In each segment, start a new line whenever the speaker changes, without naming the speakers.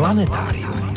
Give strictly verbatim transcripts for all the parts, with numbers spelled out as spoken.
Planetárium.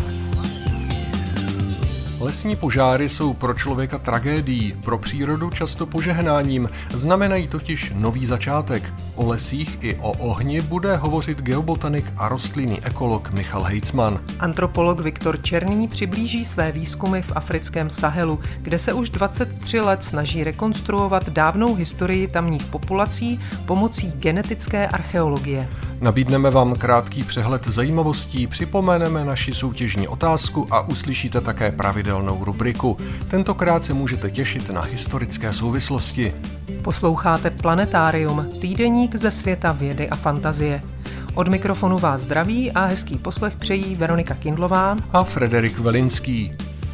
Lesní požáry jsou pro člověka tragédií, pro přírodu často požehnáním, znamenají totiž nový začátek. O lesích i o ohni bude hovořit geobotanik a rostlinný ekolog Michal Hejcman.
Antropolog Viktor Černý přiblíží své výzkumy v africkém Sahelu, kde se už dvacet tři let snaží rekonstruovat dávnou historii tamních populací pomocí genetické archeologie.
Nabídneme vám krátký přehled zajímavostí, připomeneme naši soutěžní otázku a uslyšíte také pravidelnou rubriku. Tentokrát se můžete těšit na historické souvislosti.
Posloucháte Planetárium, týdeník ze světa vědy a fantazie. Od mikrofonu vás zdraví a hezký poslech přejí Veronika Kindlová
a Frederik Velinský.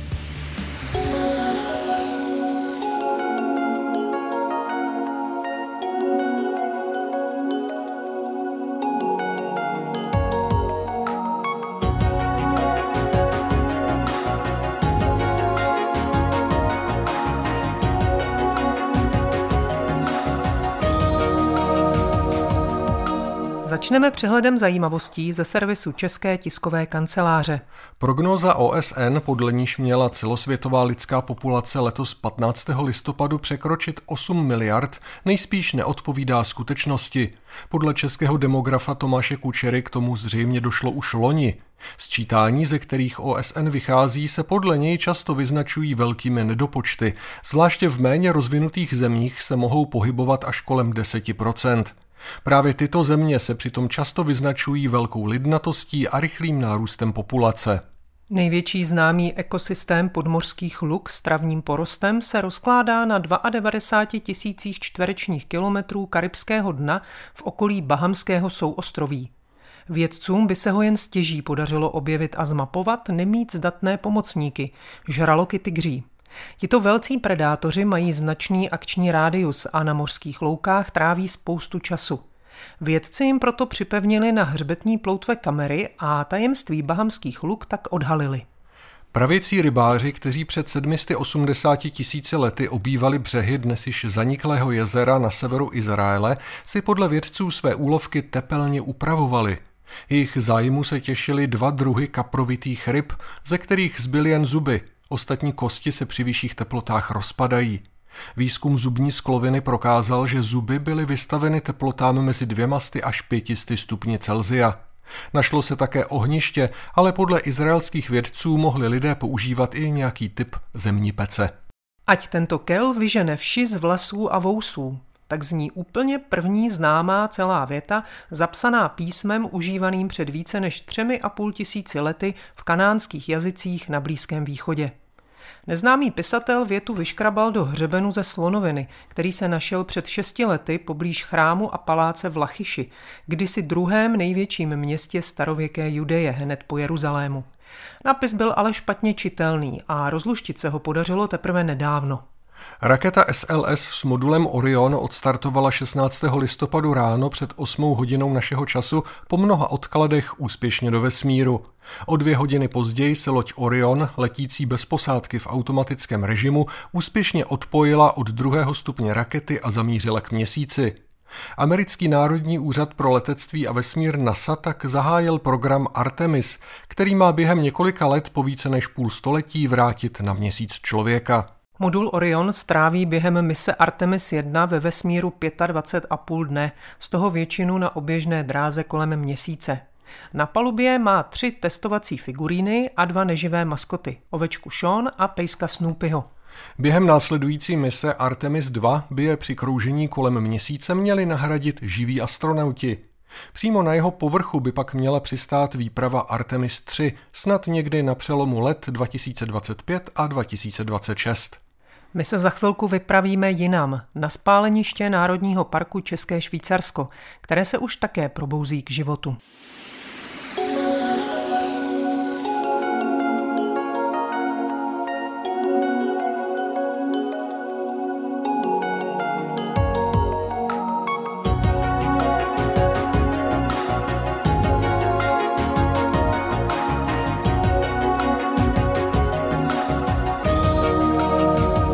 Začneme přehledem zajímavostí ze servisu České tiskové kanceláře.
Prognóza O S N, podle níž měla celosvětová lidská populace letos patnáctého listopadu překročit osm miliard, nejspíš neodpovídá skutečnosti. Podle českého demografa Tomáše Kučery k tomu zřejmě došlo už loni. Sčítání, ze kterých O S N vychází, se podle něj často vyznačují velkými nedopočty. Zvláště v méně rozvinutých zemích se mohou pohybovat až kolem deset procent. Právě tyto země se přitom často vyznačují velkou lidnatostí a rychlým nárůstem populace.
Největší známý ekosystém podmořských luk s travním porostem se rozkládá na devadesát dva tisících čtverečních kilometrů karibského dna v okolí Bahamského souostroví. Vědcům by se ho jen stěží podařilo objevit a zmapovat, nemít zdatné pomocníky, žraloky tygří. Tito velcí predátoři mají značný akční rádius a na mořských loukách tráví spoustu času. Vědci jim proto připevnili na hřbetní ploutve kamery a tajemství bahamských luk tak odhalili.
Pravěcí rybáři, kteří před sedmi sty osmdesáti tisíci lety obývali břehy dnes již zaniklého jezera na severu Izraele, si podle vědců své úlovky tepelně upravovali. Jejich zájmu se těšily dva druhy kaprovitých ryb, ze kterých zbyly jen zuby. Ostatní kosti se při vyšších teplotách rozpadají. Výzkum zubní skloviny prokázal, že zuby byly vystaveny teplotám mezi dvěma sty až pěti sty stupni Celsia. Našlo se také ohniště, ale podle izraelských vědců mohli lidé používat i nějaký typ zemní pece.
Ať tento kel vyžene vši z vlasů a vousů. Tak zní úplně první známá celá věta, zapsaná písmem užívaným před více než třemi a půl tisíci lety v kanánských jazycích na Blízkém východě. Neznámý pisatel větu vyškrabal do hřebenu ze slonoviny, který se našel před šesti lety poblíž chrámu a paláce v Lachiši, kdysi druhém největším městě starověké Judeje hned po Jeruzalému. Nápis byl ale špatně čitelný a rozluštit se ho podařilo teprve nedávno.
Raketa S L S s modulem Orion odstartovala šestnáctého listopadu ráno před osmou hodinou našeho času po mnoha odkladech úspěšně do vesmíru. O dvě hodiny později se loď Orion, letící bez posádky v automatickém režimu, úspěšně odpojila od druhého stupně rakety a zamířila k Měsíci. Americký národní úřad pro letectví a vesmír NASA tak zahájil program Artemis, který má během několika let po více než půl století vrátit na Měsíc člověka.
Modul Orion stráví během mise Artemis jedna ve vesmíru dvacet pět a půl dne, z toho většinu na oběžné dráze kolem Měsíce. Na palubě má tři testovací figuríny a dva neživé maskoty, ovečku Sean a pejska Snoopyho.
Během následující mise Artemis dva by je při kroužení kolem Měsíce měli nahradit živí astronauti. Přímo na jeho povrchu by pak měla přistát výprava Artemis tři, snad někdy na přelomu let dva tisíce dvacet pět a dva tisíce dvacet šest.
My se za chvilku vypravíme jinam, na spáleniště Národního parku České Švýcarsko, které se už také probouzí k životu.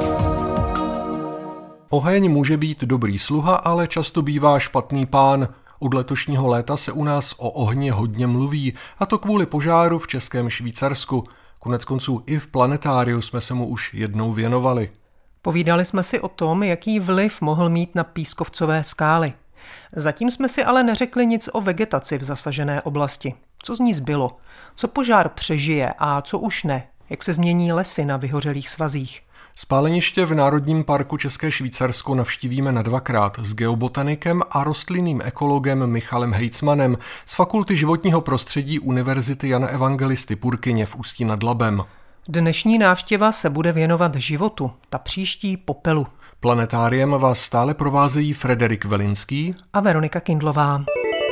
Oheň může být dobrý sluha, ale často bývá špatný pán. Od letošního léta se u nás o ohni hodně mluví, a to kvůli požáru v Českém Švýcarsku. Koneckonců i v planetáriu jsme se mu už jednou věnovali.
Povídali jsme si o tom, jaký vliv mohl mít na pískovcové skály. Zatím jsme si ale neřekli nic o vegetaci v zasažené oblasti. Co z ní zbylo? Co požár přežije a co už ne? Jak se změní lesy na vyhořelých svazích?
Spáleniště v Národním parku České Švýcarsko navštívíme na dvakrát s geobotanikem a rostlinným ekologem Michalem Hejcmanem z Fakulty životního prostředí Univerzity Jana Evangelisty Purkyně v Ústí nad Labem.
Dnešní návštěva se bude věnovat životu, ta příští popelu.
Planetáriem vás stále provázejí Frederik Velinský
a Veronika Kindlová.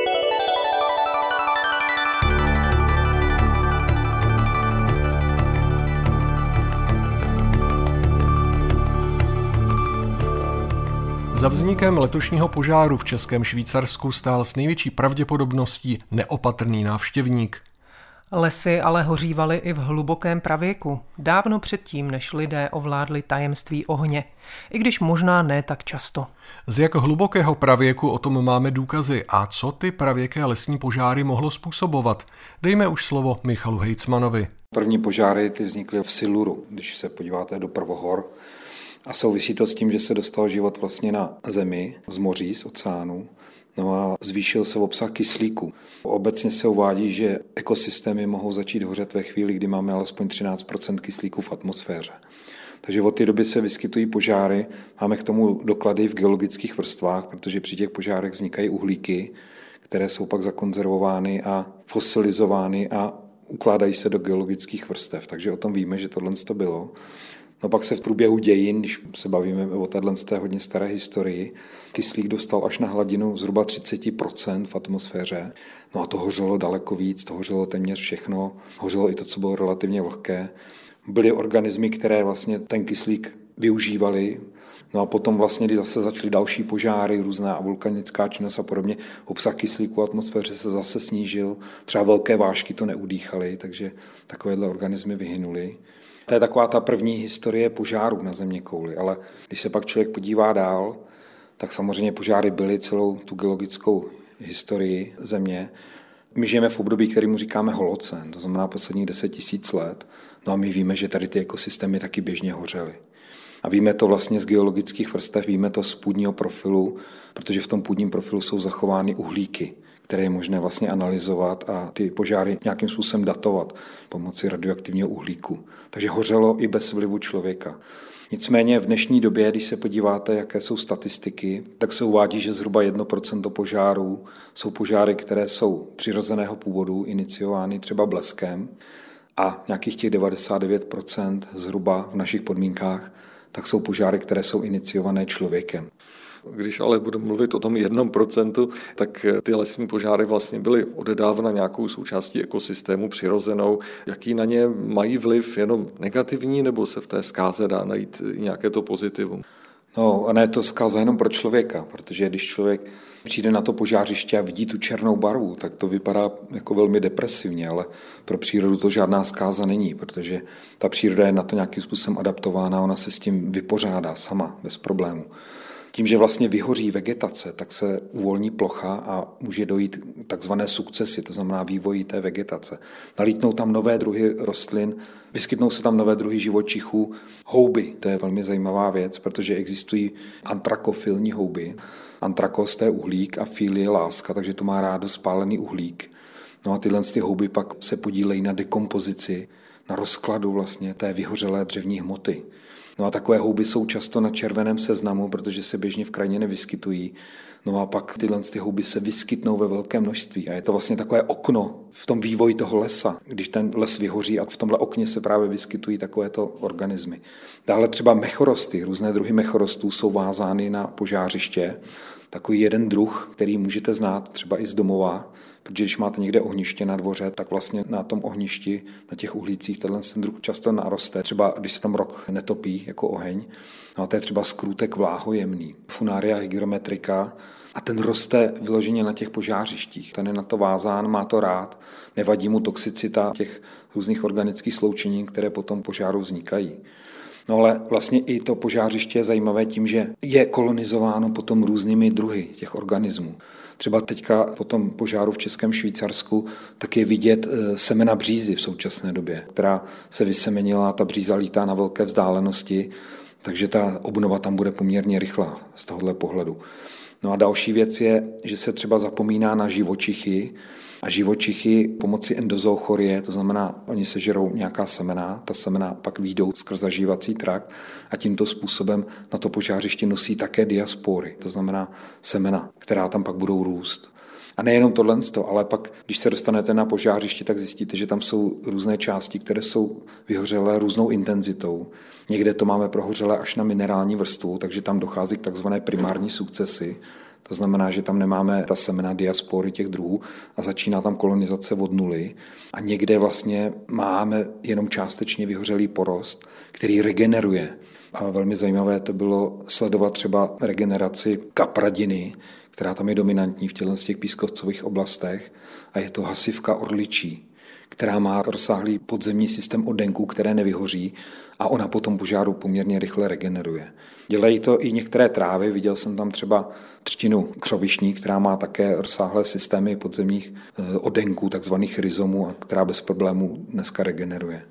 Za vznikem letošního požáru v Českém Švýcarsku stál s největší pravděpodobností neopatrný návštěvník.
Lesy ale hořívaly i v hlubokém pravěku, dávno předtím, než lidé ovládli tajemství ohně, i když možná ne tak často.
Z jak hlubokého pravěku o tom máme důkazy a co ty pravěké lesní požáry mohlo způsobovat? Dejme už slovo Michalu Hejcmanovi.
První požáry ty vznikly v Siluru, když se podíváte do prvohor. A souvisí to s tím, že se dostal život vlastně na zemi, z moří, z oceánu. No a zvýšil se obsah kyslíku. Obecně se uvádí, že ekosystémy mohou začít hořet ve chvíli, kdy máme alespoň třináct procent kyslíku v atmosféře. Takže od té doby se vyskytují požáry. Máme k tomu doklady v geologických vrstvách, protože při těch požárech vznikají uhlíky, které jsou pak zakonzervovány a fosilizovány a ukládají se do geologických vrstev. Takže o tom víme, že tohle to bylo. No pak se v průběhu dějin, když se bavíme o této hodně staré historii, kyslík dostal až na hladinu zhruba třicet procent v atmosféře. No a to hořelo daleko víc, to hořelo téměř všechno, hořelo i to, co bylo relativně vlhké. Byly organismy, které vlastně ten kyslík využívaly. No a potom vlastně, když zase začaly další požáry, různá vulkanická činnost a podobně, obsah kyslíku v atmosféře se zase snížil, třeba velké vážky to neudýchaly, takže takovéhle organismy vyhynuly. To je taková ta první historie požárů na zeměkouli, ale když se pak člověk podívá dál, tak samozřejmě požáry byly celou tu geologickou historii země. My žijeme v období, kterému říkáme holocén, to znamená posledních deset tisíc let, no a my víme, že tady ty ekosystémy taky běžně hořely. A víme to vlastně z geologických vrstev, víme to z půdního profilu, protože v tom půdním profilu jsou zachovány uhlíky, které je možné vlastně analyzovat a ty požáry nějakým způsobem datovat pomocí radioaktivního uhlíku. Takže hořelo i bez vlivu člověka. Nicméně v dnešní době, když se podíváte, jaké jsou statistiky, tak se uvádí, že zhruba jedno procento požárů jsou požáry, které jsou přirozeného původu, iniciovány třeba bleskem, a nějakých těch devadesát devět procent zhruba v našich podmínkách, tak jsou požáry, které jsou iniciované člověkem.
Když ale budeme mluvit o tom jednom procentu, tak ty lesní požáry vlastně byly odedávna nějakou součástí ekosystému přirozenou. Jaký na ně mají vliv, jenom negativní, nebo se v té zkáze dá najít nějaké to pozitivum?
No, a ne to zkáza jenom pro člověka, protože když člověk přijde na to požářiště a vidí tu černou barvu, tak to vypadá jako velmi depresivně, ale pro přírodu to žádná zkáza není, protože ta příroda je na to nějakým způsobem adaptována, ona se s tím vypořádá sama, bez problému. Tím, že vlastně vyhoří vegetace, tak se uvolní plocha a může dojít k takzvané sukcesi, to znamená vývoji té vegetace. Nalítnou tam nové druhy rostlin, vyskytnou se tam nové druhy živočichů, houby. To je velmi zajímavá věc, protože existují antrakofilní houby. Antrakos to je uhlík a fil je láska, takže to má rádo spálený uhlík. No a tyhle ty houby pak se podílejí na dekompozici, na rozkladu vlastně té vyhořelé dřevní hmoty. No a takové houby jsou často na červeném seznamu, protože se běžně v krajině nevyskytují. No a pak tyhle ty houby se vyskytnou ve velkém množství. A je to vlastně takové okno v tom vývoji toho lesa, když ten les vyhoří a v tomhle okně se právě vyskytují takovéto organismy. Dále třeba mechorosty, různé druhy mechorostů jsou vázány na požářiště. Takový jeden druh, který můžete znát třeba i z domova, protože když máte někde ohniště na dvoře, tak vlastně na tom ohništi, na těch uhlících, tenhle ten druh často naroste. Třeba když se tam rok netopí jako oheň, no a to je třeba skrůtek vláhojemný, Funaria hygrometrica, a ten roste vyloženě na těch požářištích. Ten je na to vázán, má to rád, nevadí mu toxicita těch různých organických sloučenin, které potom požáru vznikají. No ale vlastně i to požářiště je zajímavé tím, že je kolonizováno potom různými druhy těch organismů. Třeba teďka po tom požáru v Českém Švýcarsku tak je vidět semena břízy v současné době, která se vysemenila, ta bříza lítá na velké vzdálenosti, takže ta obnova tam bude poměrně rychlá z tohohle pohledu. No a další věc je, že se třeba zapomíná na živočichy a živočichy pomocí endozoochorie, to znamená, oni sežerou nějaká semena, ta semena pak výjdou skrz zažívací trakt a tímto způsobem na to požářiště nosí také diaspory, to znamená semena, která tam pak budou růst. A nejenom tohle, ale pak, když se dostanete na požářiště, tak zjistíte, že tam jsou různé části, které jsou vyhořelé různou intenzitou. Někde to máme prohořelé až na minerální vrstvu, takže tam dochází k takzvané primární sukcesi. To znamená, že tam nemáme ta semena diaspory těch druhů a začíná tam kolonizace od nuly. A někde vlastně máme jenom částečně vyhořelý porost, který regeneruje. A velmi zajímavé to bylo sledovat třeba regeneraci kapradiny, která tam je dominantní v těchto těch pískovcových oblastech, a je to hasivka orličí, která má rozsáhlý podzemní systém oddenků, které nevyhoří a ona po tom požáru poměrně rychle regeneruje. Dělají to i některé trávy, viděl jsem tam třeba třtinu křovišní, která má také rozsáhlé systémy podzemních oddenků, takzvaných rhizomů, a která bez problémů dneska regeneruje.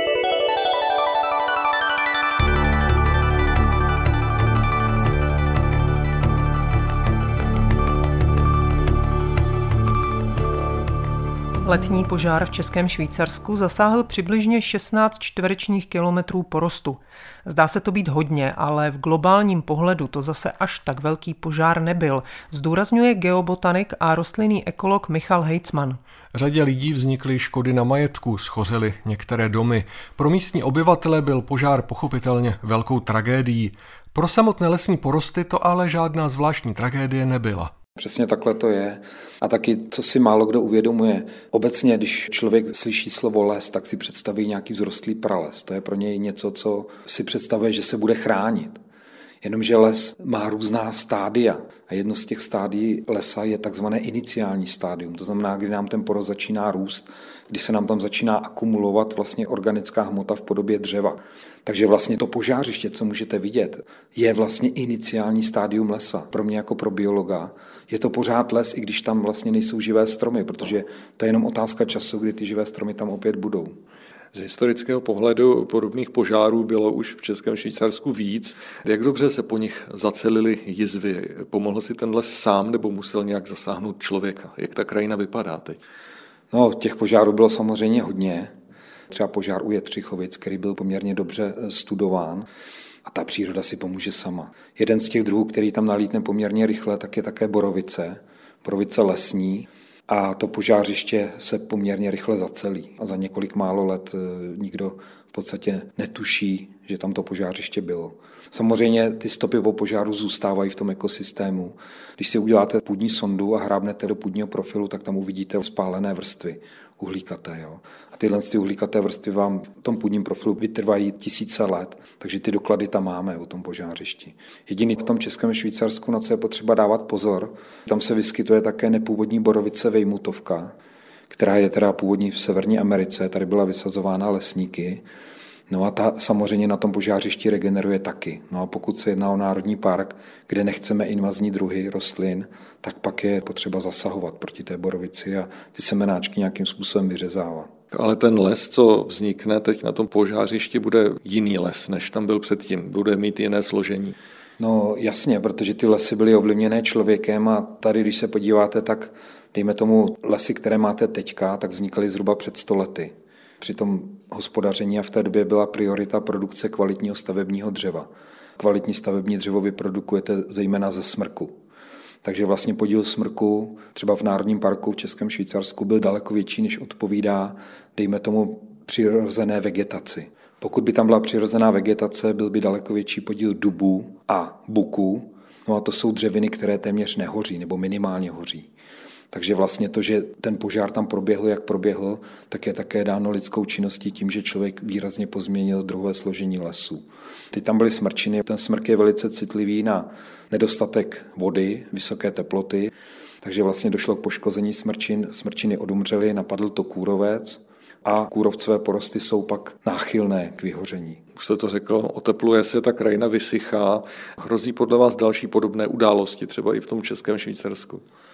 Letní požár v Českém Švýcarsku zasáhl přibližně šestnáct čtverečních kilometrů porostu. Zdá se to být hodně, ale v globálním pohledu to zase až tak velký požár nebyl, zdůrazňuje geobotanik a rostlinný ekolog Michal Hejcman.
Řadě lidí vznikly škody na majetku, schořely některé domy. Pro místní obyvatele byl požár pochopitelně velkou tragédií. Pro samotné lesní porosty to ale žádná zvláštní tragédie nebyla.
Přesně takhle to je. A taky, co si málo kdo uvědomuje, obecně, když člověk slyší slovo les, tak si představí nějaký vzrostlý prales. To je pro něj něco, co si představuje, že se bude chránit. Jenomže les má různá stádia a jedno z těch stádií lesa je takzvané iniciální stádium. To znamená, kdy nám ten porost začíná růst, kdy se nám tam začíná akumulovat vlastně organická hmota v podobě dřeva. Takže vlastně to požářiště, co můžete vidět, je vlastně iniciální stádium lesa. Pro mě jako pro biologa je to pořád les, i když tam vlastně nejsou živé stromy, protože to je jenom otázka času, kdy ty živé stromy tam opět budou.
Z historického pohledu podobných požárů bylo už v Českém Švýcarsku víc. Jak dobře se po nich zacelily jizvy? Pomohl si ten les sám nebo musel nějak zasáhnout člověka? Jak ta krajina vypadá teď?
No, těch požárů bylo samozřejmě hodně. Třeba požár u Jetřichovic, který byl poměrně dobře studován, a ta příroda si pomůže sama. Jeden z těch druhů, který tam nalítne poměrně rychle, tak je také borovice, borovice lesní, a to požářiště se poměrně rychle zacelí. A za několik málo let nikdo v podstatě netuší, že tam to požářiště bylo. Samozřejmě ty stopy po požáru zůstávají v tom ekosystému. Když si uděláte půdní sondu a hrábnete do půdního profilu, tak tam uvidíte spálené vrstvy uhlíkaté. Jo. A tyhle ty uhlíkaté vrstvy vám v tom půdním profilu vytrvají tisíce let, takže ty doklady tam máme o tom požářišti. Jediný v tom Českém Švýcarsku, na co je potřeba dávat pozor, tam se vyskytuje také nepůvodní borovice vejmutovka, která je teda původní v Severní Americe, tady byla vysazována lesníky. No a ta samozřejmě na tom požářišti regeneruje taky. No a pokud se jedná o národní park, kde nechceme invazní druhy rostlin, tak pak je potřeba zasahovat proti té borovici a ty semenáčky nějakým způsobem vyřezávat.
Ale ten les, co vznikne teď na tom požářišti, bude jiný les, než tam byl předtím. Bude mít jiné složení.
No jasně, protože ty lesy byly ovlivněné člověkem a tady, když se podíváte, tak dejme tomu lesy, které máte teďka, tak vznikaly zhruba před sto lety. Při tom hospodaření a v té době byla priorita produkce kvalitního stavebního dřeva. Kvalitní stavební dřevo vyprodukujete zejména ze smrku. Takže vlastně podíl smrku třeba v Národním parku v Českém Švýcarsku byl daleko větší, než odpovídá, dejme tomu, přirozené vegetaci. Pokud by tam byla přirozená vegetace, byl by daleko větší podíl dubů a buků. No a to jsou dřeviny, které téměř nehoří nebo minimálně hoří. Takže vlastně to, že ten požár tam proběhl, jak proběhl, tak je také dáno lidskou činností tím, že člověk výrazně pozměnil druhové složení lesů. Teď tam byly smrčiny, ten smrk je velice citlivý na nedostatek vody, vysoké teploty, takže vlastně došlo k poškození smrčin, smrčiny odumřely, napadl to kůrovec a kůrovcové porosty jsou pak náchylné k vyhoření.
Už jste to řekl, otepluje se, ta krajina vysychá. Hrozí podle vás další podobné události, třeba i v tom Českém Švýcarsku?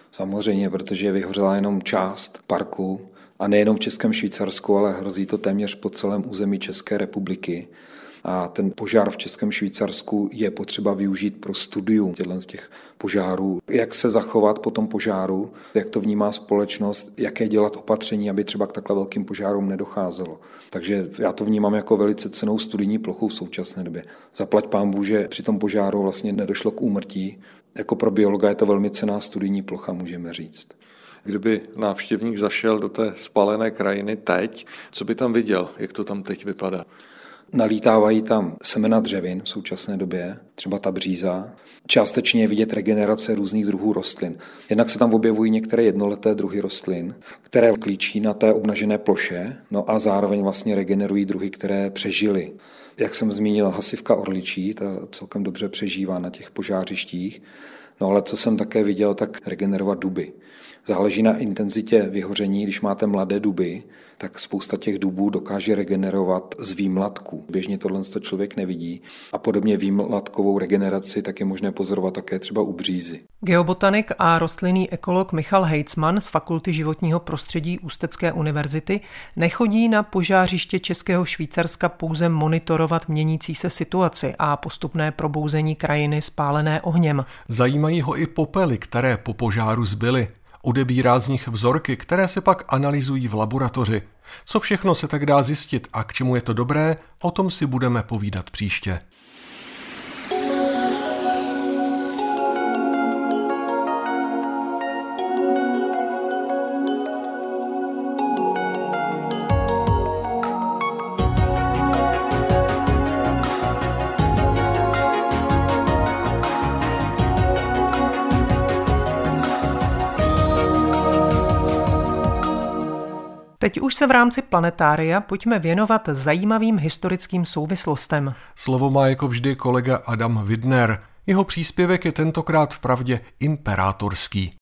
Samozřejmě, protože vyhořela jenom část parku a nejenom v Českém Švýcarsku, ale hrozí to téměř po celém území České republiky. A ten požár v Českém Švýcarsku je potřeba využít pro studium těchto z těch požárů. Jak se zachovat po tom požáru, jak to vnímá společnost, jaké dělat opatření, aby třeba k takhle velkým požárům nedocházelo. Takže já to vnímám jako velice cennou studijní plochu v současné době. Zaplať pánbůh, že při tom požáru vlastně nedošlo k úmrtí. Jako pro biologa je to velmi cenná studijní plocha, můžeme říct.
Kdyby návštěvník zašel do té spálené krajiny teď, co by tam viděl, jak to tam teď vypadá?
Nalítávají tam semena dřevin v současné době, třeba ta bříza. Částečně je vidět regenerace různých druhů rostlin. Jednak se tam objevují některé jednoleté druhy rostlin, které klíčí na té obnažené ploše, no a zároveň vlastně regenerují druhy, které přežily. Jak jsem zmínil, hasivka orličí, ta celkem dobře přežívá na těch požářištích. No ale co jsem také viděl, tak regenerovat duby. Záleží na intenzitě vyhoření, když máte mladé duby, tak spousta těch dubů dokáže regenerovat z výmlatků. Běžně tohle člověk nevidí. A podobně výmlatkovou regeneraci tak je možné pozorovat také třeba u břízy.
Geobotanik a rostlinný ekolog Michal Hejcman z Fakulty životního prostředí Ústecké univerzity nechodí na požářiště Českého Švýcarska pouze monitorovat měnící se situaci a postupné probouzení krajiny spálené ohněm.
Zajímají ho i popely, které po požáru zbyly. Odebírá z nich vzorky, které se pak analyzují v laboratoři. Co všechno se tak dá zjistit a k čemu je to dobré, o tom si budeme povídat příště.
Teď už se v rámci planetária pojďme věnovat zajímavým historickým souvislostem.
Slovo má jako vždy kolega Adam Widner. Jeho příspěvek je tentokrát vpravdě imperátorský.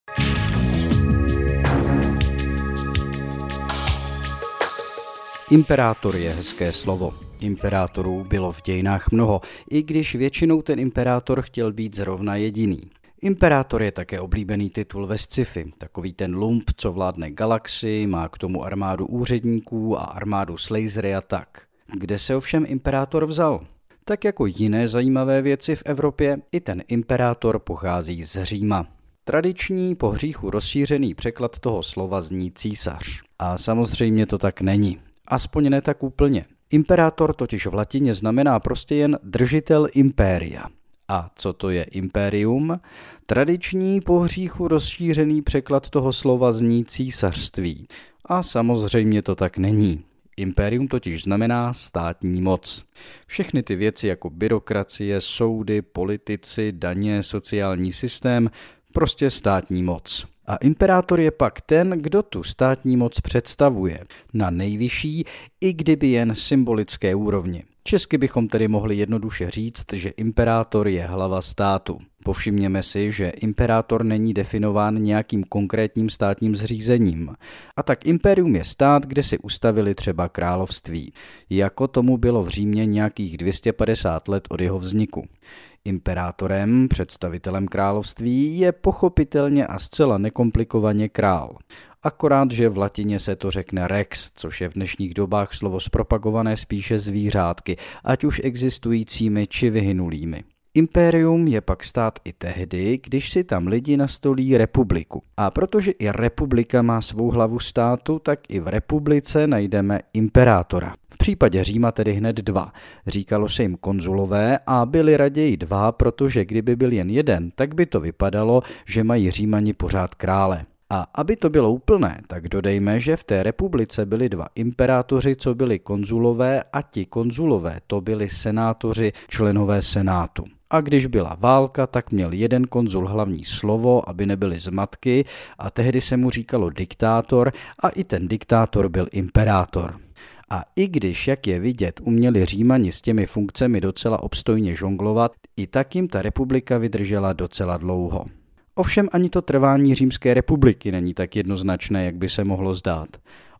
Imperátor je hezké slovo. Imperátorů bylo v dějinách mnoho, i když většinou ten imperátor chtěl být zrovna jediný. Imperátor je také oblíbený titul ve sci-fi, takový ten lump, co vládne galaxii, má k tomu armádu úředníků a armádu s lasery a tak. Kde se ovšem imperátor vzal? Tak jako jiné zajímavé věci v Evropě, i ten imperátor pochází z Říma. Tradiční, po hříchu rozšířený překlad toho slova zní císař. A samozřejmě to tak není. Aspoň ne tak úplně. Imperátor totiž v latině znamená prostě jen držitel impéria. A co to je impérium? Tradiční, po hříchu rozšířený překlad toho slova zní císařství. A samozřejmě to tak není. Impérium totiž znamená státní moc. Všechny ty věci jako byrokracie, soudy, politici, daně, sociální systém, prostě státní moc. A imperátor je pak ten, kdo tu státní moc představuje. Na nejvyšší, i kdyby jen symbolické úrovni. Česky bychom tedy mohli jednoduše říct, že imperátor je hlava státu. Povšimněme si, že imperátor není definován nějakým konkrétním státním zřízením. A tak impérium je stát, kde si ustavili třeba království. Jako tomu bylo v Římě nějakých dvě stě padesát let od jeho vzniku. Imperátorem, představitelem království, je pochopitelně a zcela nekomplikovaně král. Akorát, že v latině se to řekne rex, což je v dnešních dobách slovo zpropagované spíše zvířátky, ať už existujícími či vyhynulými. Impérium je pak stát i tehdy, když si tam lidi nastolí republiku. A protože i republika má svou hlavu státu, tak i v republice najdeme imperátora. V případě Říma tedy hned dva. Říkalo se jim konzulové a byli raději dva, protože kdyby byl jen jeden, tak by to vypadalo, že mají Římani pořád krále. A aby to bylo úplné, tak dodejme, že v té republice byli dva imperátoři, co byli konzulové, a ti konzulové to byli senátoři, členové senátu. A když byla válka, tak měl jeden konzul hlavní slovo, aby nebyly zmatky, a tehdy se mu říkalo diktátor a i ten diktátor byl imperátor. A i když, jak je vidět, uměli Římani s těmi funkcemi docela obstojně žonglovat, i tak jim ta republika vydržela docela dlouho. Ovšem ani to trvání Římské republiky není tak jednoznačné, jak by se mohlo zdát.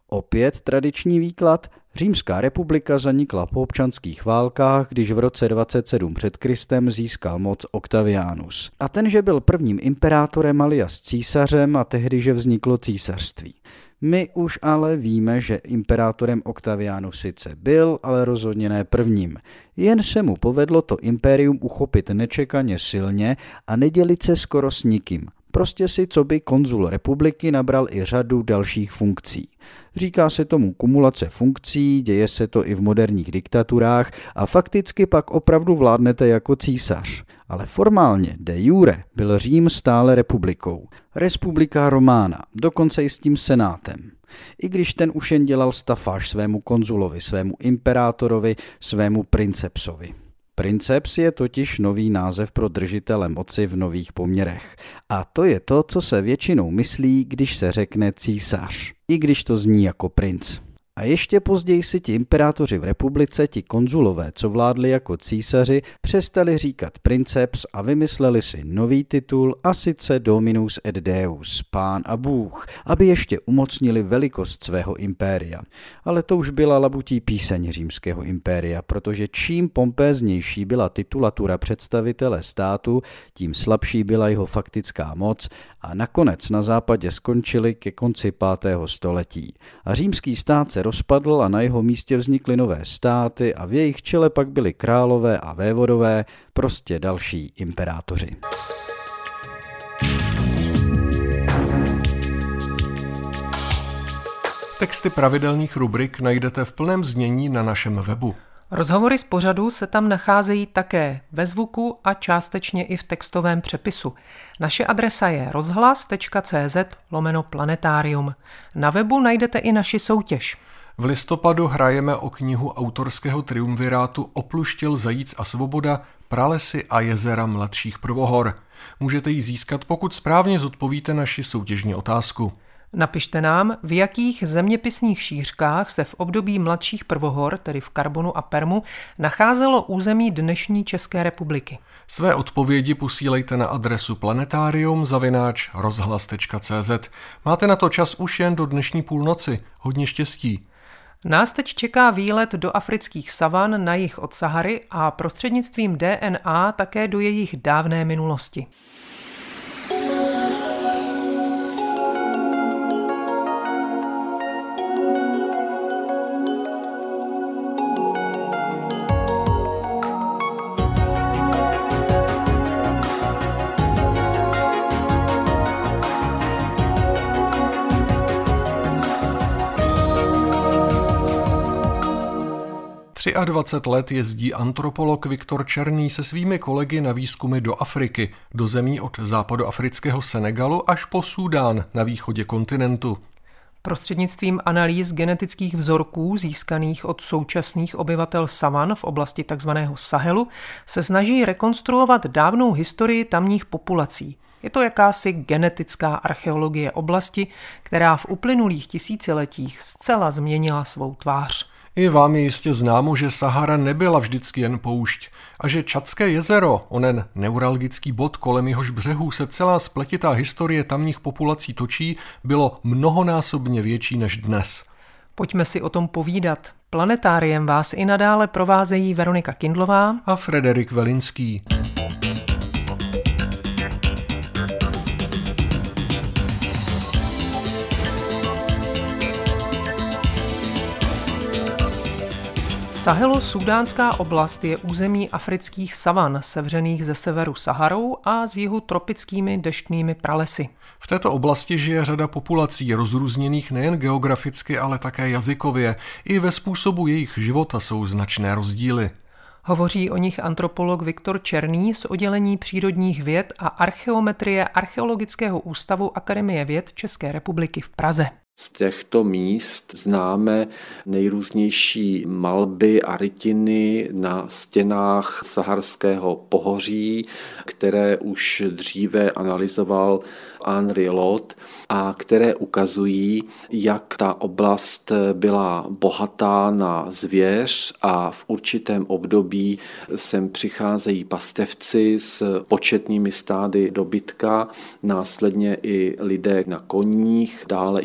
Opět tradiční výklad. Římská republika zanikla po občanských válkách, když v roce dvacet sedm před Kristem získal moc Octavianus. A ten, že byl prvním imperátorem alias císařem a tehdy, že vzniklo císařství. My už ale víme, že imperátorem Octavianus sice byl, ale rozhodně ne prvním. Jen se mu povedlo to impérium uchopit nečekaně silně a nedělit se skoro s nikým. Prostě si coby konzul republiky nabral i řadu dalších funkcí. Říká se tomu kumulace funkcí, děje se to i v moderních diktaturách a fakticky pak opravdu vládnete jako císař. Ale formálně de jure byl Řím stále republikou. Respublica Romana, dokonce i s tím senátem. I když ten už jen dělal stafáž svému konzulovi, svému imperátorovi, svému princepsovi. Princeps je totiž nový název pro držitele moci v nových poměrech. A to je to, co se většinou myslí, když se řekne císař. I když to zní jako princ. A ještě později si ti imperátoři v republice, ti konzulové, co vládli jako císaři, přestali říkat princeps a vymysleli si nový titul, a sice Dominus et Deus, pán a bůh, aby ještě umocnili velikost svého impéria. Ale to už byla labutí píseň římského impéria, protože čím pompéznější byla titulatura představitele státu, tím slabší byla jeho faktická moc a nakonec na západě skončili ke konci pátého století. A římský stát se rozpadl a na jeho místě vznikly nové státy a v jejich čele pak byli králové a vévodové, prostě další imperátoři.
Texty pravidelných rubrik najdete v plném znění na našem webu.
Rozhovory z pořadu se tam nacházejí také ve zvuku a částečně i v textovém přepisu. Naše adresa je rozhlas.cz lomeno planetarium. Na webu najdete i naši soutěž.
V listopadu hrajeme o knihu autorského triumvirátu Opluštěl zajíc a svoboda, pralesy a jezera mladších prvohor. Můžete ji získat, pokud správně zodpovíte naši soutěžní otázku.
Napište nám, v jakých zeměpisných šířkách se v období mladších prvohor, tedy v Karbonu a Permu, nacházelo území dnešní České republiky.
Své odpovědi posílejte na adresu planetarium zavináč rozhlas tečka cz. Máte na to čas už jen do dnešní půlnoci. Hodně štěstí.
Nás teď čeká výlet do afrických savan na jih od Sahary a prostřednictvím D N A také do jejich dávné minulosti.
dvacet tři let jezdí antropolog Viktor Černý se svými kolegy na výzkumy do Afriky, do zemí od západoafrického Senegalu až po Súdán na východě kontinentu.
Prostřednictvím analýz genetických vzorků získaných od současných obyvatel savan v oblasti tzv. Sahelu se snaží rekonstruovat dávnou historii tamních populací. Je to jakási genetická archeologie oblasti, která v uplynulých tisíciletích zcela změnila svou tvář.
I vám je jistě známo, že Sahara nebyla vždycky jen poušť a že Čadské jezero, onen neuralgický bod, kolem jehož břehů se celá spletitá historie tamních populací točí, bylo mnohonásobně větší než dnes.
Pojďme si o tom povídat. Planetáriem vás i nadále provázejí Veronika Kindlová
a Frederik Velinský.
Sahelo-súdánská oblast je území afrických savan, sevřených ze severu Saharou a z jihu tropickými deštnými pralesy.
V této oblasti žije řada populací rozrůzněných nejen geograficky, ale také jazykově. I ve způsobu jejich života jsou značné rozdíly.
Hovoří o nich antropolog Viktor Černý z oddělení přírodních věd a archeometrie Archeologického ústavu Akademie věd České republiky v Praze.
Z těchto míst známe nejrůznější malby a rytiny na stěnách saharského pohoří, které už dříve analyzoval Henri Lot a které ukazují, jak ta oblast byla bohatá na zvěř a v určitém období sem přicházejí pastevci s početnými stády dobytka, následně i lidé na koních, dále i velbloudy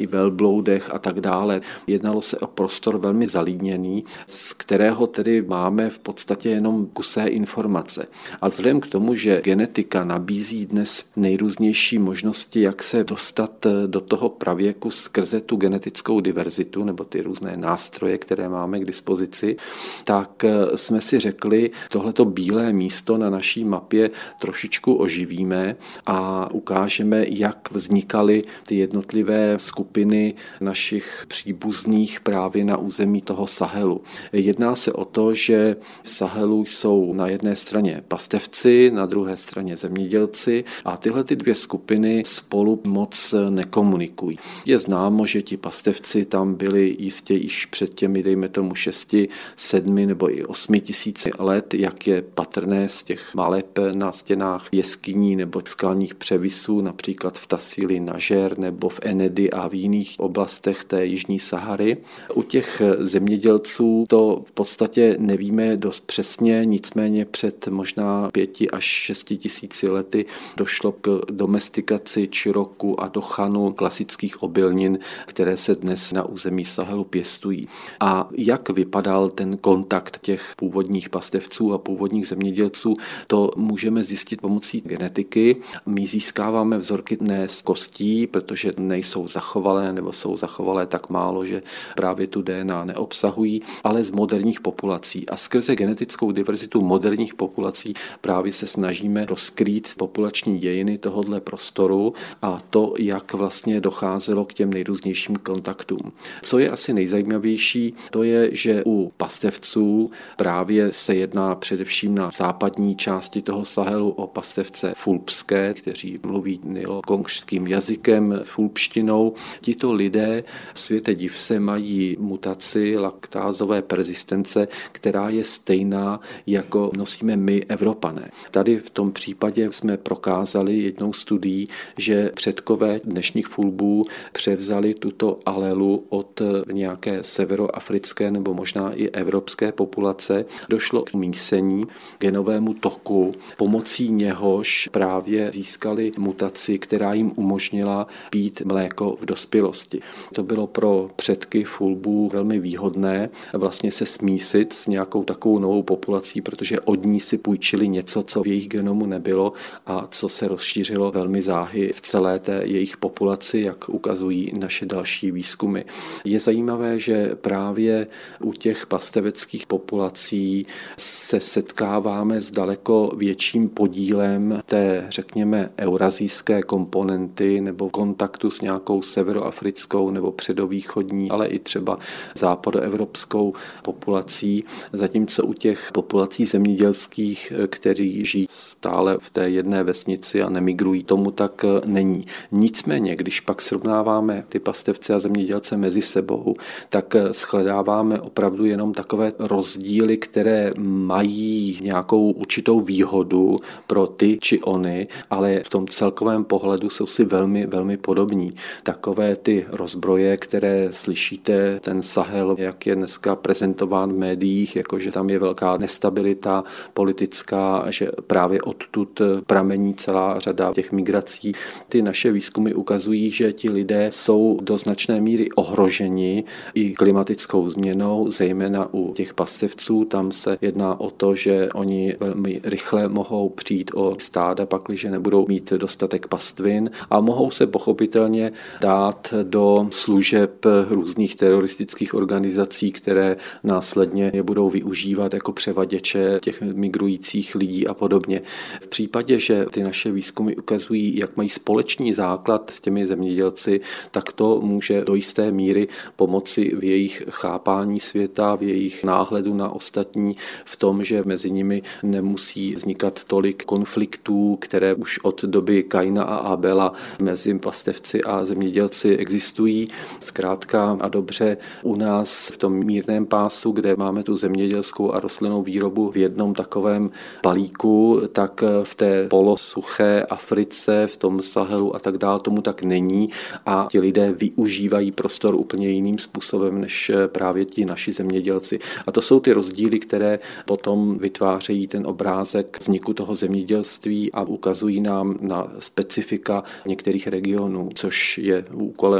velbloudech a tak dále. Jednalo se o prostor velmi zalidněný, z kterého tedy máme v podstatě jenom kusé informace. A vzhledem k tomu, že genetika nabízí dnes nejrůznější možnosti, jak se dostat do toho pravěku skrze tu genetickou diverzitu nebo ty různé nástroje, které máme k dispozici, tak jsme si řekli, tohleto bílé místo na naší mapě trošičku oživíme a ukážeme, jak vznikaly ty jednotlivé skupiny našich příbuzných právě na území toho Sahelu. Jedná se o to, že v Sahelu jsou na jedné straně pastevci, na druhé straně zemědělci a tyhle ty dvě skupiny spolu moc nekomunikují. Je známo, že ti pastevci tam byli jistě již před těmi, dejme tomu, šesti, sedmi nebo i osmi tisíci let, jak je patrné z těch maleb na stěnách jeskyní nebo skalních převisů, například v Tassili Nažer nebo v Enedi a v jiných oblastech té jižní Sahary. U těch zemědělců to v podstatě nevíme dost přesně, nicméně před možná pěti až šesti tisíci lety došlo k domestikaci čiroku a dochanu klasických obilnin, které se dnes na území Sahelu pěstují. A jak vypadal ten kontakt těch původních pastevců a původních zemědělců, to můžeme zjistit pomocí genetiky. My získáváme vzorky ne z kostí, protože nejsou zachovalé nebo jsou zachovalé tak málo, že právě tu D N A neobsahují, ale z moderních populací. A skrze genetickou diverzitu moderních populací právě se snažíme rozkrýt populační dějiny tohodle prostoru a to, jak vlastně docházelo k těm nejrůznějším kontaktům. Co je asi nejzajímavější, to je, že u pastevců právě se jedná především na západní části toho Sahelu o pastevce fulbské, kteří mluví nilokongským jazykem, fulbštinou. Tito lidé, světe div se, mají mutaci laktázové persistence, která je stejná, jako nosíme my, Evropané. Tady v tom případě jsme prokázali jednou studií, že předkové dnešních fulbů převzali tuto alelu od nějaké severoafrické nebo možná i evropské populace. Došlo k mísení, genovému toku, pomocí něhož právě získali mutaci, která jim umožnila pít mléko v dospělosti. To bylo pro předky fulbů velmi výhodné vlastně se smísit s nějakou takovou novou populací, protože od ní si půjčili něco, co v jejich genomu nebylo a co se rozšířilo velmi záhy v celé té jejich populaci, jak ukazují naše další výzkumy. Je zajímavé, že právě u těch pasteveckých populací se setkáváme s daleko větším podílem té, řekněme, eurazijské komponenty nebo kontaktu s nějakou severoafrickou nebo předovýchodní, ale i třeba západoevropskou populací, zatímco u těch populací zemědělských, kteří žijí stále v té jedné vesnici a nemigrují, tomu tak není. Nicméně, když pak srovnáváme ty pastevce a zemědělce mezi sebou, tak shledáváme opravdu jenom takové rozdíly, které mají nějakou určitou výhodu pro ty či ony, ale v tom celkovém pohledu jsou si velmi, velmi podobní. Takové ty rozbroje, které slyšíte, ten Sahel, jak je dneska prezentován v médiích, jakože tam je velká nestabilita politická, že právě odtud pramení celá řada těch migrací. Ty naše výzkumy ukazují, že ti lidé jsou do značné míry ohroženi i klimatickou změnou, zejména u těch pastevců. Tam se jedná o to, že oni velmi rychle mohou přijít o stáda, pakliže nebudou mít dostatek pastvin a mohou se pochopitelně dát do služeb různých teroristických organizací, které následně je budou využívat jako převaděče těch migrujících lidí a podobně. V případě, že ty naše výzkumy ukazují, jak mají společný základ s těmi zemědělci, tak to může do jisté míry pomoci v jejich chápání světa, v jejich náhledu na ostatní, v tom, že mezi nimi nemusí vznikat tolik konfliktů, které už od doby Kaina a Abela mezi pastevci a zemědělci existují. Zkrátka a dobře u nás v tom mírném pásu, kde máme tu zemědělskou a rostlinnou výrobu v jednom takovém balíku, tak v té polosuché Africe, v tom Sahelu a tak dále tomu tak není a ti lidé využívají prostor úplně jiným způsobem než právě ti naši zemědělci. A to jsou ty rozdíly, které potom vytvářejí ten obrázek vzniku toho zemědělství a ukazují nám na specifika některých regionů, což je úkolem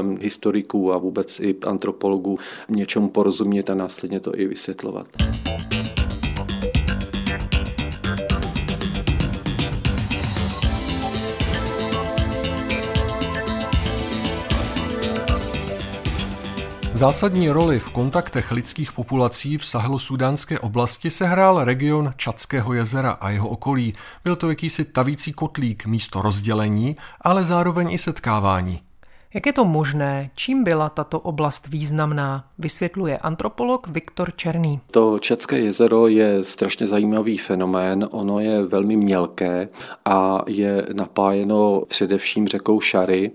úkolem historiků a vůbec i antropologů něčemu porozumět a následně to i vysvětlovat.
Zásadní roli v kontaktech lidských populací v sahelosudánské oblasti sehrál region Čadského jezera a jeho okolí. Byl to jakýsi tavící kotlík, místo rozdělení, ale zároveň i setkávání.
Jak je to možné? Čím byla tato oblast významná? Vysvětluje antropolog Viktor Černý.
To Čadské jezero je strašně zajímavý fenomén. Ono je velmi mělké a je napájeno především řekou Šary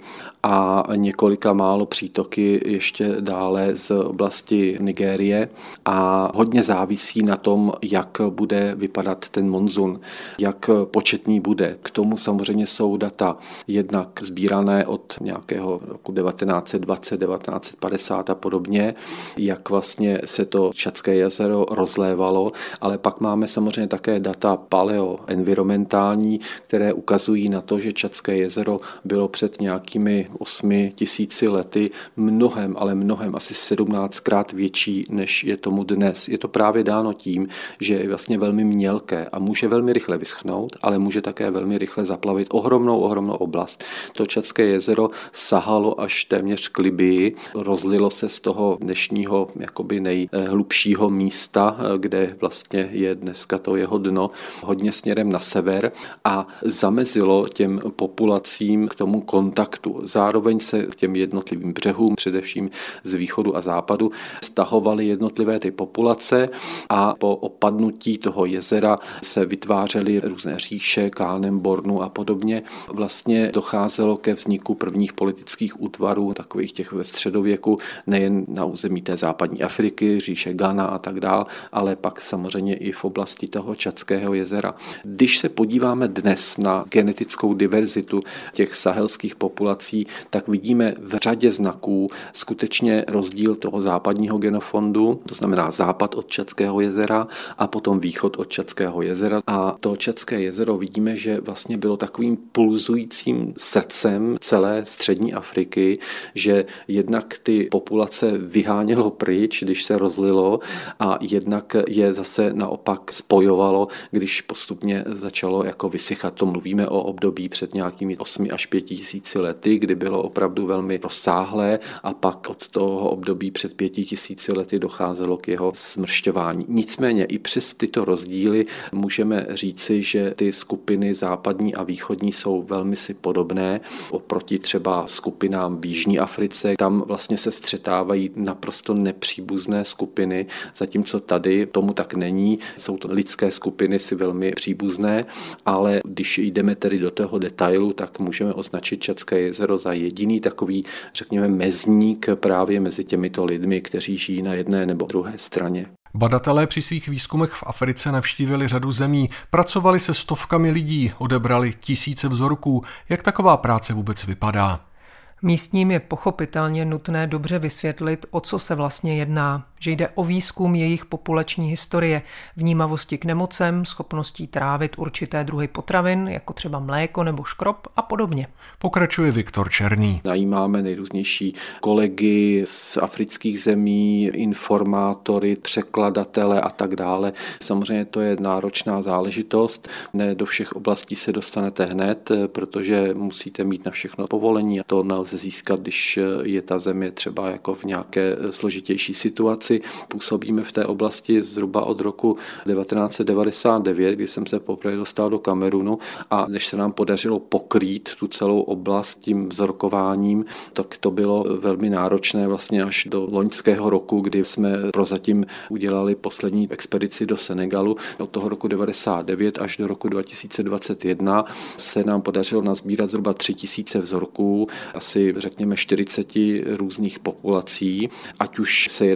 a několika málo přítoky ještě dále z oblasti Nigérie a hodně závisí na tom, jak bude vypadat ten monzun, jak početný bude. K tomu samozřejmě jsou data jednak sbírané od nějakého roku devatenáct set dvacet, devatenáct set padesát a podobně, jak vlastně se to Čadské jezero rozlévalo, ale pak máme samozřejmě také data paleoenvironmentální, které ukazují na to, že Čadské jezero bylo před nějakými osmi tisíci lety mnohem, ale mnohem, asi sedmnáctkrát větší, než je tomu dnes. Je to právě dáno tím, že je vlastně velmi mělké a může velmi rychle vyschnout, ale může také velmi rychle zaplavit ohromnou, ohromnou oblast. To Čadské jezero sahalo až téměř k Libii, rozlilo se z toho dnešního jakoby nejhlubšího místa, kde vlastně je dneska to jeho dno, hodně směrem na sever a zamezilo těm populacím k tomu kontaktu. Zároveň se k těm jednotlivým břehům, především z východu a západu, stahovaly jednotlivé ty populace a po opadnutí toho jezera se vytvářely různé říše, Kánem, Bornu a podobně. Vlastně docházelo ke vzniku prvních politických útvarů, takových těch ve středověku, nejen na území té západní Afriky, říše Ghana a tak dál, ale pak samozřejmě i v oblasti toho Čadského jezera. Když se podíváme dnes na genetickou diverzitu těch sahelských populací, tak vidíme v řadě znaků skutečně rozdíl toho západního genofondu, to znamená západ od Čadského jezera a potom východ od Čadského jezera. A to Čadské jezero vidíme, že vlastně bylo takovým pulzujícím srdcem celé střední Afriky, že jednak ty populace vyhánělo pryč, když se rozlilo, a jednak je zase naopak spojovalo, když postupně začalo jako vysychat. To mluvíme o období před nějakými osmi až pěti tisíci lety, kdy bylo opravdu velmi rozsáhlé a pak od toho období před pěti tisíci lety docházelo k jeho smršťování. Nicméně i přes tyto rozdíly můžeme říci, že ty skupiny západní a východní jsou velmi si podobné oproti třeba skupinám v Jižní Africe. Tam vlastně se střetávají naprosto nepříbuzné skupiny, zatímco tady tomu tak není. Jsou to lidské skupiny si velmi příbuzné, ale když jdeme tedy do toho detailu, tak můžeme označit Čadské jezero za jediný takový, řekněme, mezník právě mezi těmito lidmi, kteří žijí na jedné nebo druhé straně.
Badatelé při svých výzkumech v Africe navštívili řadu zemí, pracovali se stovkami lidí, odebrali tisíce vzorků. Jak taková práce vůbec vypadá?
Místním je pochopitelně nutné dobře vysvětlit, o co se vlastně jedná, že jde o výzkum jejich populační historie, vnímavosti k nemocem, schopností trávit určité druhy potravin, jako třeba mléko nebo škrob a podobně.
Pokračuje Viktor Černý.
Najímáme nejrůznější kolegy z afrických zemí, informátory, překladatele a tak dále. Samozřejmě to je náročná záležitost. Ne do všech oblastí se dostanete hned, protože musíte mít na všechno povolení a to nelze získat, když je ta země třeba jako v nějaké složitější situaci. Působíme v té oblasti zhruba od roku devatenáct set devadesát devět, kdy jsem se poprvé dostal do Kamerunu, a než se nám podařilo pokrýt tu celou oblast tím vzorkováním, tak to bylo velmi náročné vlastně až do loňského roku, kdy jsme prozatím udělali poslední expedici do Senegalu. Od toho roku devadesát devět až do roku dva tisíce dvacet jedna se nám podařilo nazbírat zhruba tři tisíce vzorků, asi řekněme čtyřicet různých populací, ať už se jedná o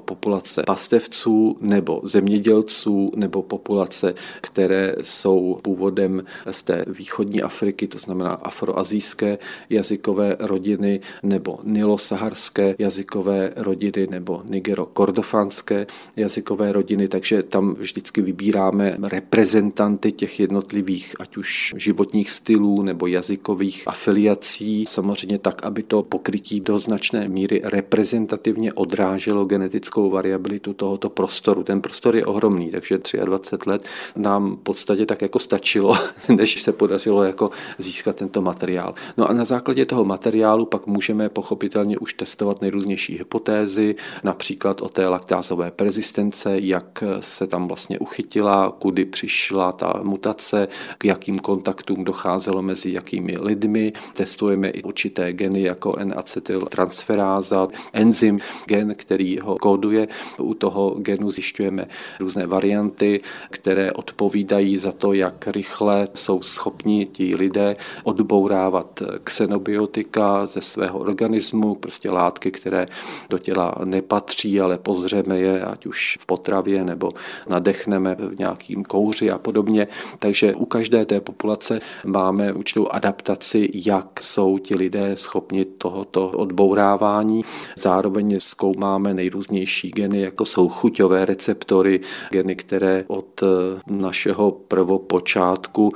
populace pastevců nebo zemědělců nebo populace, které jsou původem z té východní Afriky, to znamená afroazijské jazykové rodiny nebo nilosaharské jazykové rodiny nebo nigero-kordofánské jazykové rodiny, takže tam vždycky vybíráme reprezentanty těch jednotlivých, ať už životních stylů nebo jazykových afiliací, samozřejmě tak, aby to pokrytí do značné míry reprezentativně odráželo genetickou variabilitu tohoto prostoru. Ten prostor je ohromný, takže dvacet tři let nám v podstatě tak jako stačilo, než se podařilo jako získat tento materiál. No a na základě toho materiálu pak můžeme pochopitelně už testovat nejrůznější hypotézy, například o té laktázové persistence, jak se tam vlastně uchytila, kudy přišla ta mutace, k jakým kontaktům docházelo mezi jakými lidmi. Testujeme i určité geny jako N-acetyltransferáza, enzym, gen, který ho kóduje. U toho genu zjišťujeme různé varianty, které odpovídají za to, jak rychle jsou schopni ti lidé odbourávat xenobiotika ze svého organismu, prostě látky, které do těla nepatří, ale pozřeme je, ať už v potravě nebo nadechneme v nějakým kouři a podobně. Takže u každé té populace máme určitou adaptaci, jak jsou ti lidé schopni tohoto odbourávání. Zároveň zkoumáme nejrůznější geny, jako jsou chuťové receptory, geny, které od našeho prvopočátku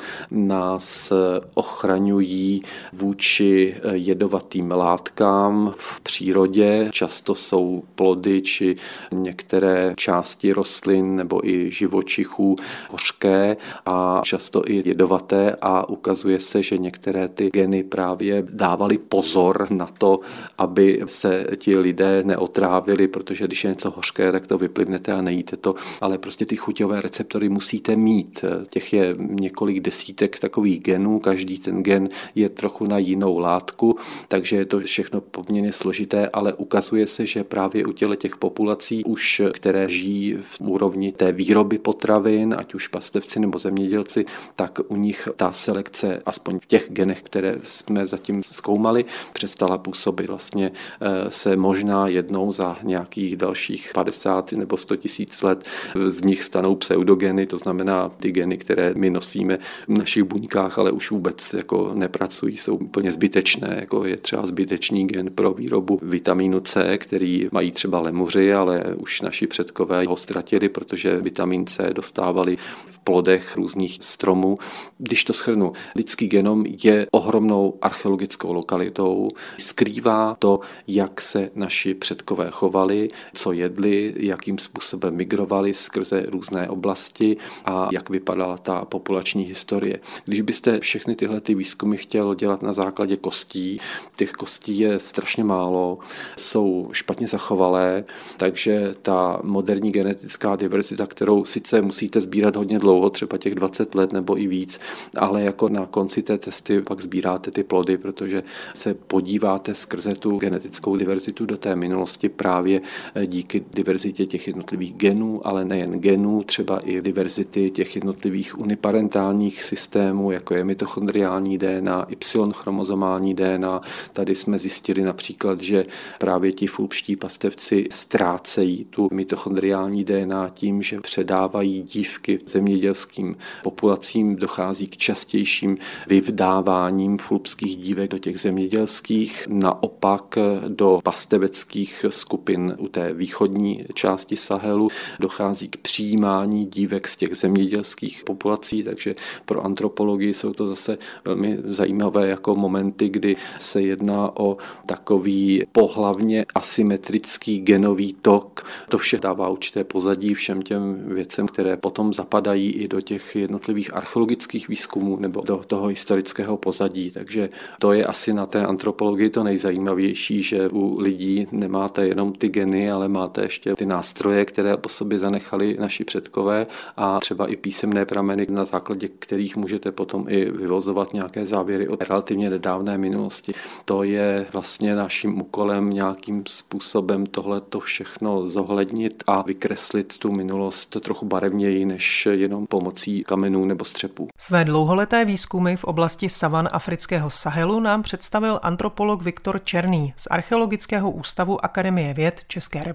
nás ochraňují vůči jedovatým látkám v přírodě. Často jsou plody či některé části rostlin nebo i živočichů hořké a často i jedovaté a ukazuje se, že některé ty geny právě dávaly pozor na to, aby se ti lidé neotrávili, protože když je něco hořké, tak to vyplivnete a nejíte to, ale prostě ty chuťové receptory musíte mít. Těch je několik desítek takových genů, každý ten gen je trochu na jinou látku, takže je to všechno poměrně složité, ale ukazuje se, že právě u těle těch populací, už které žijí v úrovni té výroby potravin, ať už pastevci nebo zemědělci, tak u nich ta selekce, aspoň v těch genech, které jsme zatím zkoumali, přestala působit. Vlastně se možná jednou za nějakých dalších padesát nebo sto tisíc let z nich stanou pseudogeny, to znamená ty geny, které my nosíme v našich buňkách, ale už vůbec jako nepracují, jsou úplně zbytečné, jako je třeba zbytečný gen pro výrobu vitamínu C, který mají třeba lemuři, ale už naši předkové ho ztratili, protože vitamin C dostávali v plodech různých stromů. Když to shrnu, lidský genom je ohromnou archeologickou lokalitou, skrývá to, jak se naši předkové chovali, co jedli, jakým způsobem migrovali skrze různé oblasti a jak vypadala ta populační historie. Když byste všechny tyhle ty výzkumy chtěl dělat na základě kostí, těch kostí je strašně málo, jsou špatně zachovalé, takže ta moderní genetická diverzita, kterou sice musíte sbírat hodně dlouho, třeba těch dvacet let nebo i víc, ale jako na konci té cesty pak sbíráte ty plody, protože se podíváte skrze tu genetickou diverzitu do té minulosti právě díky diverzitě těch jednotlivých genů, ale nejen genů, třeba i diverzity těch jednotlivých uniparentálních systémů, jako je mitochondriální D N A, Y-chromozomální D N A. Tady jsme zjistili například, že právě ti fulpští pastevci ztrácejí tu mitochondriální D N A tím, že předávají dívky zemědělským populacím, dochází k častějším vyvdáváním fulpských dívek do těch zemědělských, naopak do pasteveckých skupin u té východní části Sahelu dochází k přijímání dívek z těch zemědělských populací, takže pro antropologii jsou to zase velmi zajímavé jako momenty, kdy se jedná o takový pohlavně asymetrický genový tok. To vše dává určité pozadí všem těm věcem, které potom zapadají i do těch jednotlivých archeologických výzkumů nebo do toho historického pozadí. Takže to je asi na té antropologii to nejzajímavější, že u lidí nemáte jenom ty geny, ale máte ještě ty nástroje, které po sobě zanechali naši předkové a třeba i písemné prameny, na základě kterých můžete potom i vyvozovat nějaké závěry od relativně nedávné minulosti. To je vlastně naším úkolem nějakým způsobem tohleto všechno zohlednit a vykreslit tu minulost trochu barevněji než jenom pomocí kamenů nebo střepů.
Své dlouholeté výzkumy v oblasti savan afrického Sahelu nám představil antropolog Viktor Černý z Archeologického ústavu Akademie věd České republiky.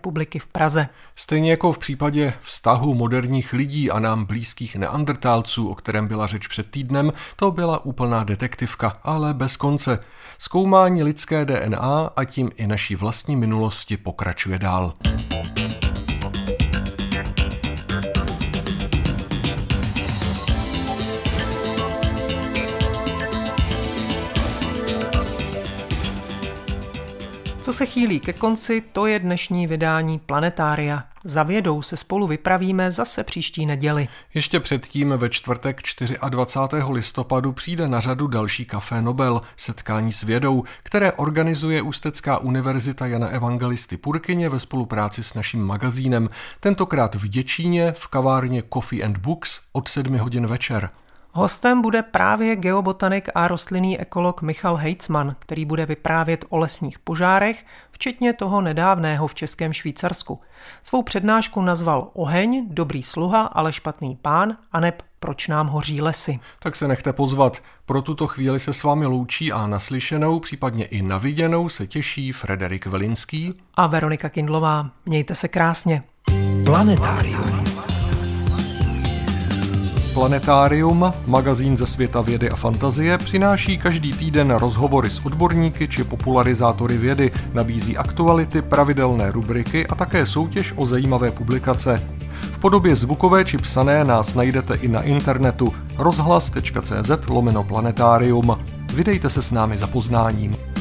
republiky v Praze.
Stejně jako v případě vztahu moderních lidí a nám blízkých neandertálců, o kterém byla řeč před týdnem, to byla úplná detektivka, ale bez konce. Zkoumání lidské D N A a tím i naší vlastní minulosti pokračuje dál.
Co se chýlí ke konci, to je dnešní vydání Planetária. Za vědou se spolu vypravíme zase příští neděli.
Ještě předtím ve čtvrtek dvacátého čtvrtého listopadu přijde na řadu další Café Nobel, setkání s vědou, které organizuje Ústecká univerzita Jana Evangelisty Purkyně ve spolupráci s naším magazínem, tentokrát v Děčíně v kavárně Coffee and Books od sedmi hodin večer.
Hostem bude právě geobotanik a rostlinný ekolog Michal Hejcman, který bude vyprávět o lesních požárech, včetně toho nedávného v Českém Švýcarsku. Svou přednášku nazval Oheň, dobrý sluha, ale špatný pán, aneb Proč nám hoří lesy.
Tak se nechte pozvat. Pro tuto chvíli se s vámi loučí a naslyšenou, případně i naviděnou se těší Frederik Velinský
a Veronika Kindlová. Mějte se krásně.
Planetárium. Planetárium, magazín ze světa vědy a fantazie, přináší každý týden rozhovory s odborníky či popularizátory vědy, nabízí aktuality, pravidelné rubriky a také soutěž o zajímavé publikace. V podobě zvukové či psané nás najdete i na internetu rozhlas tečka cé zet lomeno planetárium. Vydejte se s námi za poznáním.